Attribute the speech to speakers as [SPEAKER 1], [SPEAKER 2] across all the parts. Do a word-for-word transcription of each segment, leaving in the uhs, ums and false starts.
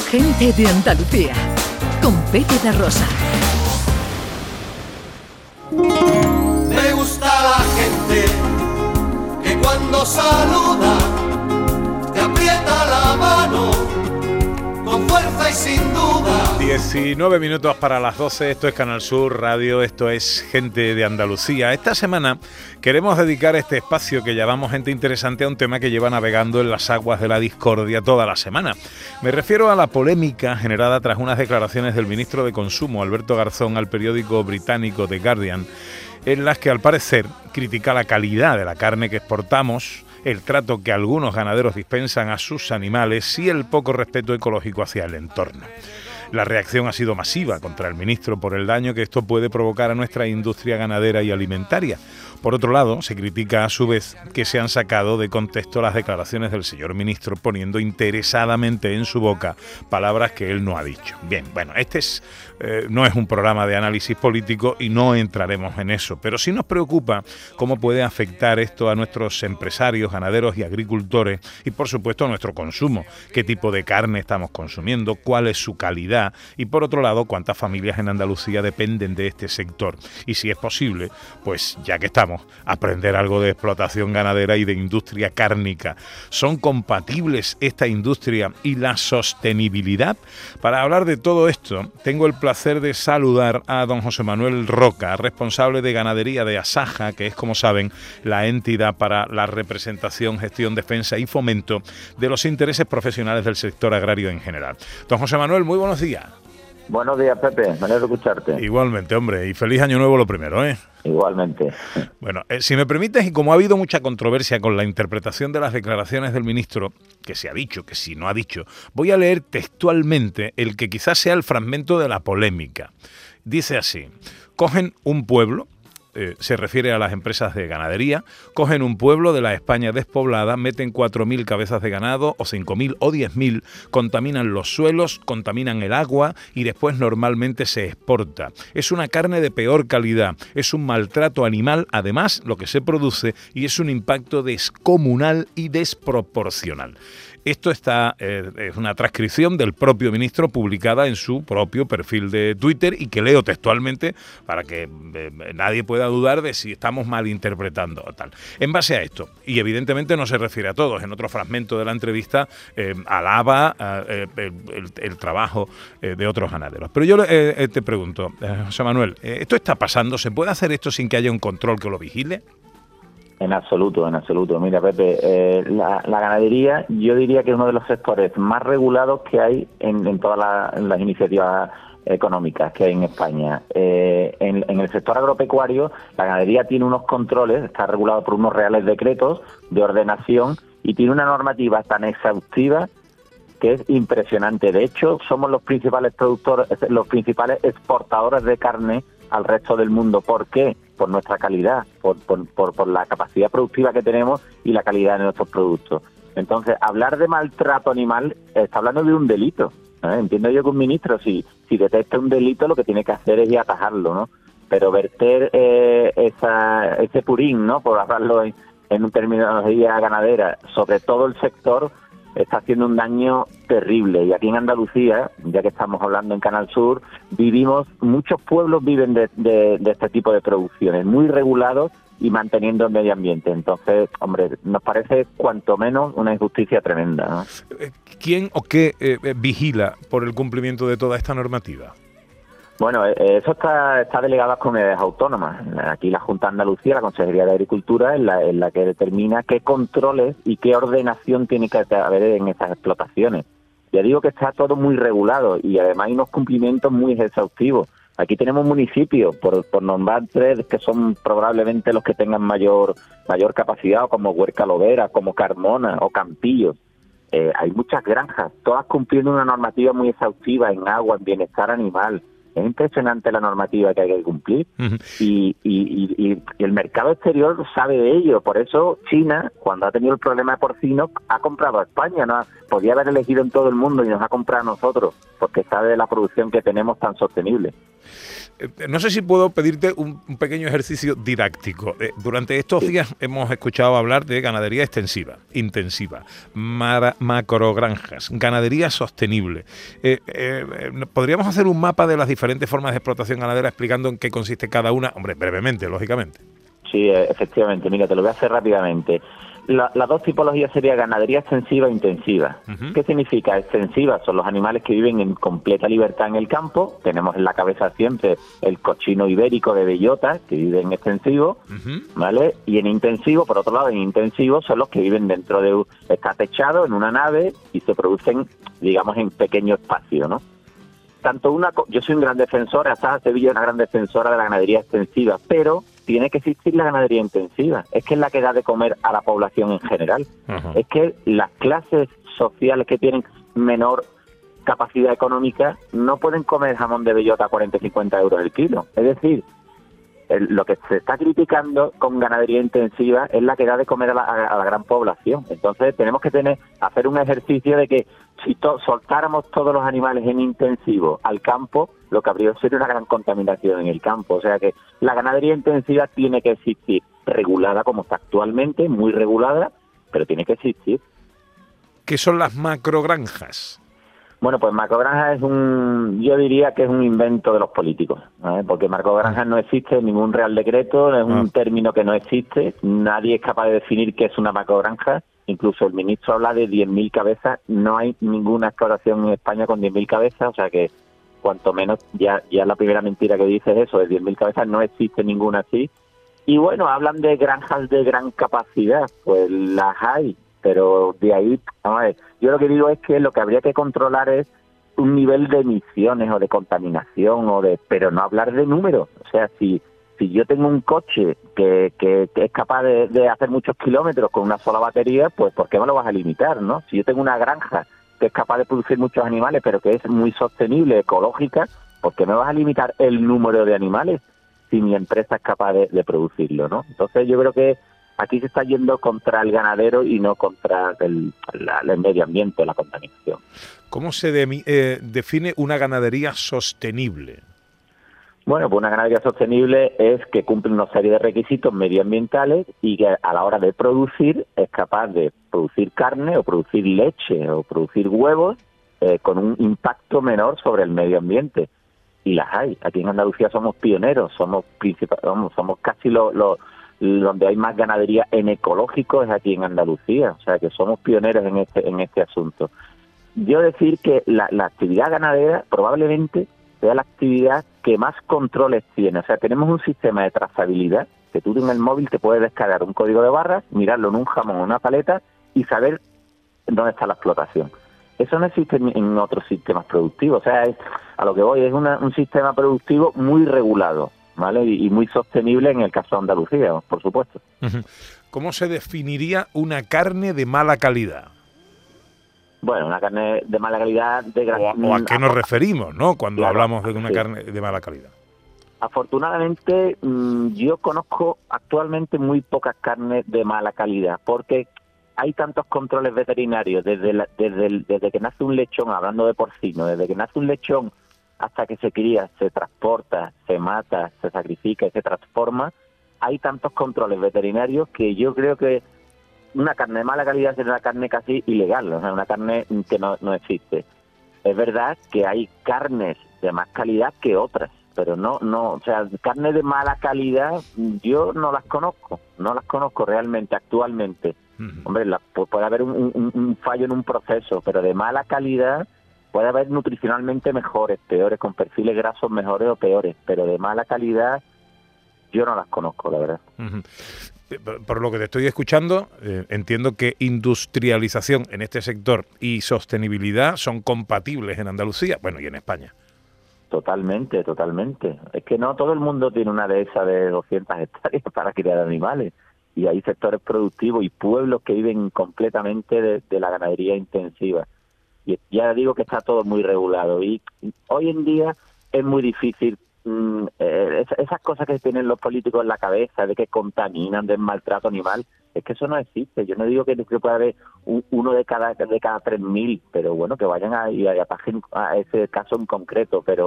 [SPEAKER 1] Gente de Andalucía, con Pepe da Rosa.
[SPEAKER 2] Me gusta la gente que cuando saluda te aprieta la mano con fuerza y sin duda.
[SPEAKER 3] diecinueve minutos para las doce, esto es Canal Sur Radio, esto es Gente de Andalucía. Esta semana queremos dedicar este espacio que llamamos Gente Interesante a un tema que lleva navegando en las aguas de la discordia toda la semana. Me refiero a la polémica generada tras unas declaraciones del ministro de Consumo, Alberto Garzón, al periódico británico The Guardian, en las que al parecer critica la calidad de la carne que exportamos, el trato que algunos ganaderos dispensan a sus animales y el poco respeto ecológico hacia el entorno. La reacción ha sido masiva contra el ministro por el daño que esto puede provocar a nuestra industria ganadera y alimentaria. Por otro lado, se critica a su vez que se han sacado de contexto las declaraciones del señor ministro, poniendo interesadamente en su boca palabras que él no ha dicho. Bien, bueno, este es, eh, no es un programa de análisis político y no entraremos en eso, pero sí nos preocupa cómo puede afectar esto a nuestros empresarios, ganaderos y agricultores y, por supuesto, a nuestro consumo. ¿Qué tipo de carne estamos consumiendo? ¿Cuál es su calidad? Y, por otro lado, ¿cuántas familias en Andalucía dependen de este sector? Y si es posible, pues ya que estamos, aprender algo de explotación ganadera y de industria cárnica. ¿Son compatibles esta industria y la sostenibilidad? Para hablar de todo esto, tengo el placer de saludar a don José Manuel Roca, responsable de ganadería de Asaja, que es, como saben, la entidad para la representación, gestión, defensa y fomento de los intereses profesionales del sector agrario en general. Don José Manuel, muy buenos días.
[SPEAKER 4] Buenos días, Pepe. Me alegro de escucharte.
[SPEAKER 3] Igualmente, hombre. Y feliz año nuevo lo primero, ¿eh?
[SPEAKER 4] Igualmente.
[SPEAKER 3] Bueno, eh, si me permites, y como ha habido mucha controversia con la interpretación de las declaraciones del ministro, que se ha dicho, que si no ha dicho, voy a leer textualmente el que quizás sea el fragmento de la polémica. Dice así: cogen un pueblo, Eh, se refiere a las empresas de ganadería, cogen un pueblo de la España despoblada, meten cuatro mil cabezas de ganado, o cinco mil o diez mil, contaminan los suelos, contaminan el agua y después normalmente se exporta. Es una carne de peor calidad, es un maltrato animal, además, lo que se produce, y es un impacto descomunal y desproporcional. Esto está eh, es una transcripción del propio ministro publicada en su propio perfil de Twitter y que leo textualmente para que eh, nadie pueda dudar de si estamos malinterpretando o tal. En base a esto, y evidentemente no se refiere a todos, en otro fragmento de la entrevista eh, alaba eh, el, el, el trabajo eh, de otros ganaderos. Pero yo eh, te pregunto, eh, José Manuel, eh, ¿esto está pasando? ¿Se puede hacer esto sin que haya un control que lo vigile?
[SPEAKER 4] En absoluto, en absoluto. Mira, Pepe, eh, la, la ganadería yo diría que es uno de los sectores más regulados que hay en, en todas la, en las iniciativas económicas que hay en España. Eh, en, en el sector agropecuario, la ganadería tiene unos controles, está regulado por unos reales decretos de ordenación y tiene una normativa tan exhaustiva que es impresionante. De hecho, somos los principales productores, los principales exportadores de carne al resto del mundo. ¿Por qué? Por nuestra calidad, por, por, por, por la capacidad productiva que tenemos y la calidad de nuestros productos. Entonces, hablar de maltrato animal está hablando de un delito, ¿eh? Entiendo yo que un ministro, si, si detecta un delito, lo que tiene que hacer es ir a atajarlo, ¿no? Pero verter eh, esa, ese purín, ¿no?, por hablarlo en, en una terminología ganadera, sobre todo el sector, está haciendo un daño terrible. Y aquí en Andalucía, ya que estamos hablando en Canal Sur, vivimos, muchos pueblos viven de, de, de este tipo de producciones, muy regulados y manteniendo el medio ambiente. Entonces, hombre, nos parece cuanto menos una injusticia tremenda, ¿no?
[SPEAKER 3] ¿Quién o qué eh, vigila por el cumplimiento de toda esta normativa?
[SPEAKER 4] Bueno, eso está, está delegado a las comunidades autónomas. Aquí la Junta de Andalucía, la Consejería de Agricultura, es la, es la que determina qué controles y qué ordenación tiene que haber en estas explotaciones. Ya digo que está todo muy regulado y además hay unos cumplimientos muy exhaustivos. Aquí tenemos municipios, por, por nombrar tres, que son probablemente los que tengan mayor mayor capacidad, como Huerca Lovera, como Carmona o Campillos. Eh, hay muchas granjas, todas cumpliendo una normativa muy exhaustiva en agua, en bienestar animal. Es impresionante la normativa que hay que cumplir. Uh-huh. y, y, y, y el mercado exterior sabe de ello. Por eso China, cuando ha tenido el problema de porcino, ha comprado a España. ¿No? Podía haber elegido en todo el mundo y nos ha comprado a nosotros, porque sabe de la producción que tenemos tan sostenible.
[SPEAKER 3] No sé si puedo pedirte un, un pequeño ejercicio didáctico. Eh, durante estos sí. días hemos escuchado hablar de ganadería extensiva, intensiva, mara, macrogranjas, ganadería sostenible. Eh, eh, ¿Podríamos hacer un mapa de las diferentes formas de explotación ganadera explicando en qué consiste cada una? Hombre, brevemente, lógicamente.
[SPEAKER 4] Sí, efectivamente. Mira, te lo voy a hacer rápidamente. La, las dos tipologías serían ganadería extensiva e intensiva. Uh-huh. ¿Qué significa? Extensiva son los animales que viven en completa libertad en el campo. Tenemos en la cabeza siempre el cochino ibérico de bellota, que vive en extensivo, uh-huh. ¿vale? Y en intensivo, por otro lado, en intensivo son los que viven dentro de... está techado en una nave y se producen, digamos, en pequeño espacio, ¿no? Tanto una... Yo soy un gran defensor, hasta Sevilla es una gran defensora de la ganadería extensiva, pero... tiene que existir la ganadería intensiva. Es que es la que da de comer a la población en general. Uh-huh. Es que las clases sociales que tienen menor capacidad económica no pueden comer jamón de bellota a cuarenta y cincuenta euros el kilo. Es decir, el, lo que se está criticando con ganadería intensiva es la que da de comer a la, a la gran población. Entonces tenemos que tener hacer un ejercicio de que si to, soltáramos todos los animales en intensivo al campo, lo que habría sería una gran contaminación en el campo. O sea que la ganadería intensiva tiene que existir, regulada como está actualmente, muy regulada, pero tiene que existir.
[SPEAKER 3] ¿Qué son las macrogranjas?
[SPEAKER 4] Bueno, pues macrogranja es un, yo diría que es un invento de los políticos, ¿eh? Porque macrogranja no existe en ningún real decreto, es un término que no existe, nadie es capaz de definir qué es una macrogranja, incluso el ministro habla de diez mil cabezas, no hay ninguna explotación en España con diez mil cabezas, o sea que cuanto menos ya ya la primera mentira que dice es eso, de diez mil cabezas, no existe ninguna así. Y bueno, hablan de granjas de gran capacidad, pues las hay, pero de ahí, vamos a ver, yo lo que digo es que lo que habría que controlar es un nivel de emisiones o de contaminación, o de pero no hablar de números. O sea, si si yo tengo un coche que, que, que es capaz de, de hacer muchos kilómetros con una sola batería, pues ¿por qué me lo vas a limitar, no? Si yo tengo una granja que es capaz de producir muchos animales, pero que es muy sostenible, ecológica, ¿por qué me vas a limitar el número de animales si mi empresa es capaz de, de producirlo, no? Entonces yo creo que aquí se está yendo contra el ganadero y no contra el, la, el medio ambiente, la contaminación.
[SPEAKER 3] ¿Cómo se de, eh, define una ganadería sostenible?
[SPEAKER 4] Bueno, pues una ganadería sostenible es que cumple una serie de requisitos medioambientales y que a la hora de producir es capaz de producir carne o producir leche o producir huevos eh, con un impacto menor sobre el medio ambiente. Y las hay. Aquí en Andalucía somos pioneros, somos principal, vamos, somos casi los... Lo, donde hay más ganadería en ecológico es aquí en Andalucía, o sea que somos pioneros en este en este asunto. Yo decir que la, la actividad ganadera probablemente sea la actividad que más controles tiene, o sea, tenemos un sistema de trazabilidad que tú en el móvil te puedes descargar un código de barras, mirarlo en un jamón o una paleta y saber dónde está la explotación. Eso no existe en, en otros sistemas productivos, o sea, es, a lo que voy es una, un sistema productivo muy regulado, ¿vale? Y, y muy sostenible en el caso de Andalucía, por supuesto.
[SPEAKER 3] ¿Cómo se definiría una carne de mala calidad?
[SPEAKER 4] Bueno, una carne de mala calidad... De gran...
[SPEAKER 3] o, a, ¿O a qué nos referimos, no? Cuando claro, hablamos de una sí. carne de mala calidad.
[SPEAKER 4] Afortunadamente, mmm, yo conozco actualmente muy pocas carnes de mala calidad, porque hay tantos controles veterinarios desde, la, desde, el, desde que nace un lechón, hablando de porcino, desde que nace un lechón hasta que se cría, se transporta, se mata, se sacrifica y se transforma, hay tantos controles veterinarios que yo creo que una carne de mala calidad es una carne casi ilegal, o sea, una carne que no, no existe. Es verdad que hay carnes de más calidad que otras, pero no, no, o sea, carne de mala calidad yo no las conozco, no las conozco realmente actualmente. Uh-huh. Hombre, la, puede haber un, un, un fallo en un proceso, pero de mala calidad puede haber nutricionalmente mejores, peores, con perfiles grasos mejores o peores, pero de mala calidad yo no las conozco, la verdad.
[SPEAKER 3] Uh-huh. Por lo que te estoy escuchando, eh, entiendo que industrialización en este sector y sostenibilidad son compatibles en Andalucía, bueno, y en España.
[SPEAKER 4] Totalmente, totalmente. Es que no todo el mundo tiene una dehesa de doscientas hectáreas para criar animales, y hay sectores productivos y pueblos que viven completamente de, de la ganadería intensiva. Y ya digo que está todo muy regulado, y hoy en día es muy difícil mm, eh, esas cosas que tienen los políticos en la cabeza de que contaminan, del maltrato animal, es que eso no existe. Yo no digo que, que pueda haber un, uno de cada de cada tres mil, pero bueno, que vayan a, y atajen a ese caso en concreto, pero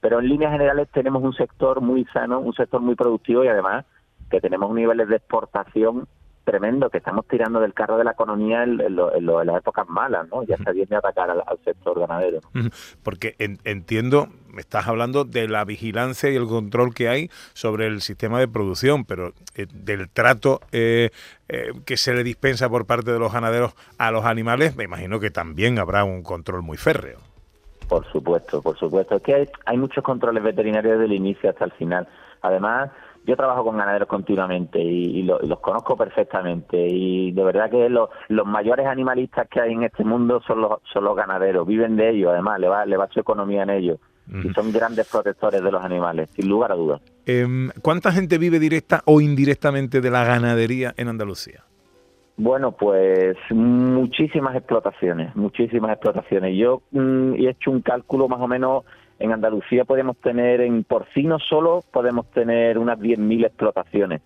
[SPEAKER 4] Pero en líneas generales tenemos un sector muy sano, un sector muy productivo y además que tenemos niveles de exportación tremendo, que estamos tirando del carro de la economía en, en, lo, en, lo, en las épocas malas, ¿no? Ya está bien de atacar al, al sector ganadero, ¿no?
[SPEAKER 3] Porque en, entiendo, me estás hablando de la vigilancia y el control que hay sobre el sistema de producción, pero eh, del trato eh, eh, que se le dispensa por parte de los ganaderos a los animales, me imagino que también habrá un control muy férreo.
[SPEAKER 4] Por supuesto, por supuesto. Es que hay, hay muchos controles veterinarios desde el inicio hasta el final. Además, yo trabajo con ganaderos continuamente y, y, lo, y los conozco perfectamente, y de verdad que lo, los mayores animalistas que hay en este mundo son los, son los ganaderos, viven de ellos, además le va, le va su economía en ellos, uh-huh. y son grandes protectores de los animales, sin lugar a dudas.
[SPEAKER 3] Eh, ¿Cuánta gente vive directa o indirectamente de la ganadería en Andalucía?
[SPEAKER 4] Bueno, pues muchísimas explotaciones, muchísimas explotaciones. Yo mm, he hecho un cálculo más o menos. En Andalucía podemos tener, en porcino solo, podemos tener unas diez mil explotaciones.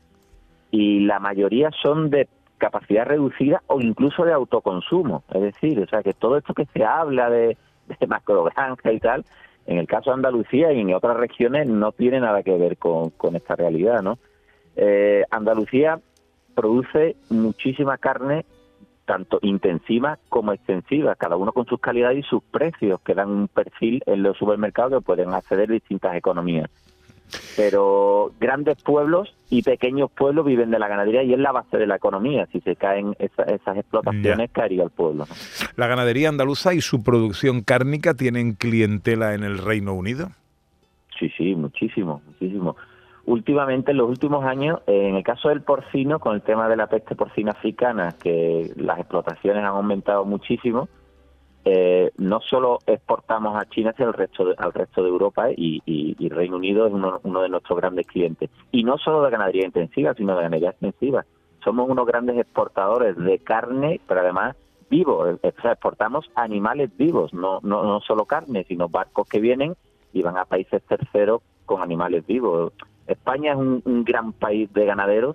[SPEAKER 4] Y la mayoría son de capacidad reducida o incluso de autoconsumo. Es decir, o sea, que todo esto que se habla de, de macrogranja y tal, en el caso de Andalucía y en otras regiones no tiene nada que ver con, con esta realidad, ¿no? Eh, Andalucía produce muchísima carne, tanto intensiva como extensiva, cada uno con sus calidades y sus precios, que dan un perfil en los supermercados que pueden acceder a distintas economías. Pero grandes pueblos y pequeños pueblos viven de la ganadería y es la base de la economía. Si se caen esa, esas explotaciones, ya caería el pueblo, ¿no?
[SPEAKER 3] ¿La ganadería andaluza y su producción cárnica tienen clientela en el Reino Unido?
[SPEAKER 4] Sí, sí, muchísimo, muchísimo. Últimamente, en los últimos años, en el caso del porcino, con el tema de la peste porcina africana, que las explotaciones han aumentado muchísimo, eh, no solo exportamos a China, sino al resto de, al resto de Europa, y, y, y Reino Unido es uno, uno de nuestros grandes clientes. Y no solo de ganadería intensiva, sino de ganadería extensiva. Somos unos grandes exportadores de carne, pero además vivos. O sea, exportamos animales vivos, no, no, no solo carne, sino barcos que vienen y van a países terceros con animales vivos. España es un, un gran país de ganaderos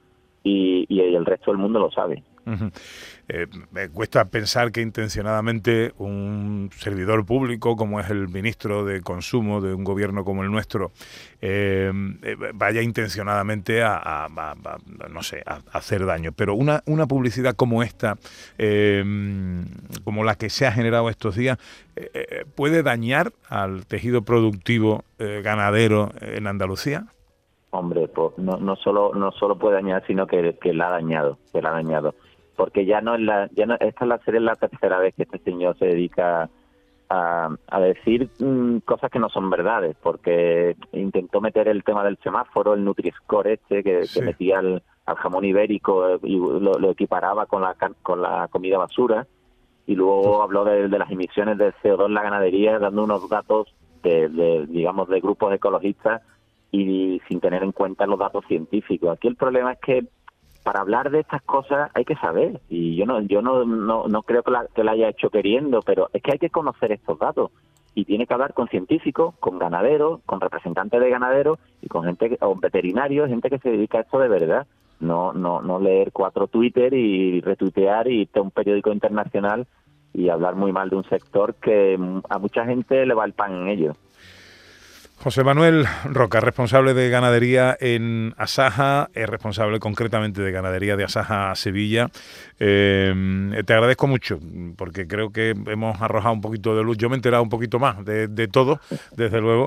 [SPEAKER 4] y, y el resto del mundo lo sabe.
[SPEAKER 3] Uh-huh. Eh, me cuesta pensar que intencionadamente un servidor público como es el ministro de Consumo de un gobierno como el nuestro eh, eh, vaya intencionadamente a, a, a, a no sé, a, a hacer daño. Pero una, una publicidad como esta, eh, como la que se ha generado estos días, eh, eh, ¿puede dañar al tejido productivo eh, ganadero en Andalucía?
[SPEAKER 4] Hombre, pues no, no solo no solo puede dañar, sino que, que la ha dañado, que la ha dañado. Porque ya no es la, ya no, esta es la serie la tercera vez que este señor se dedica a, a decir mmm, cosas que no son verdades, porque intentó meter el tema del semáforo, el Nutri-Score este, que, sí. que metía al, al jamón ibérico y lo, lo equiparaba con la con la comida basura, y luego Uf. habló de, de las emisiones de C O dos en la ganadería, dando unos datos de, de digamos, de grupos ecologistas y sin tener en cuenta los datos científicos. Aquí el problema es que para hablar de estas cosas hay que saber, y yo no yo no no, no creo que la, que la haya hecho queriendo, pero es que hay que conocer estos datos y tiene que hablar con científicos, con ganaderos, con representantes de ganaderos y con gente que, o veterinarios, gente que se dedica a esto de verdad. No no no leer cuatro Twitter y retuitear y irte a un periódico internacional y hablar muy mal de un sector que a mucha gente le va el pan en ello.
[SPEAKER 3] José Manuel Roca, responsable de ganadería en Asaja, es responsable concretamente de ganadería de Asaja Sevilla. Eh, te agradezco mucho porque creo que hemos arrojado un poquito de luz. Yo me he enterado un poquito más de, de todo, desde luego,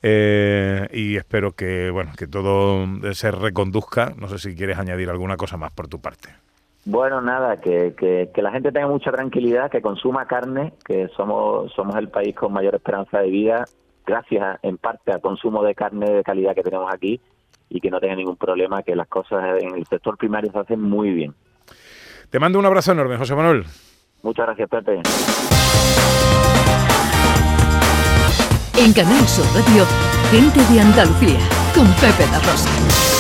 [SPEAKER 3] eh, y espero que bueno que todo se reconduzca. No sé si quieres añadir alguna cosa más por tu parte.
[SPEAKER 4] Bueno, nada, que, que, que la gente tenga mucha tranquilidad, que consuma carne, que somos somos el país con mayor esperanza de vida, gracias en parte al consumo de carne de calidad que tenemos aquí, y que no tenga ningún problema, que las cosas en el sector primario se hacen muy bien.
[SPEAKER 3] Te mando un abrazo enorme, José Manuel.
[SPEAKER 4] Muchas gracias, Pepe.
[SPEAKER 1] En Canal Sur Radio, Gente de Andalucía, con Pepe da Rosa.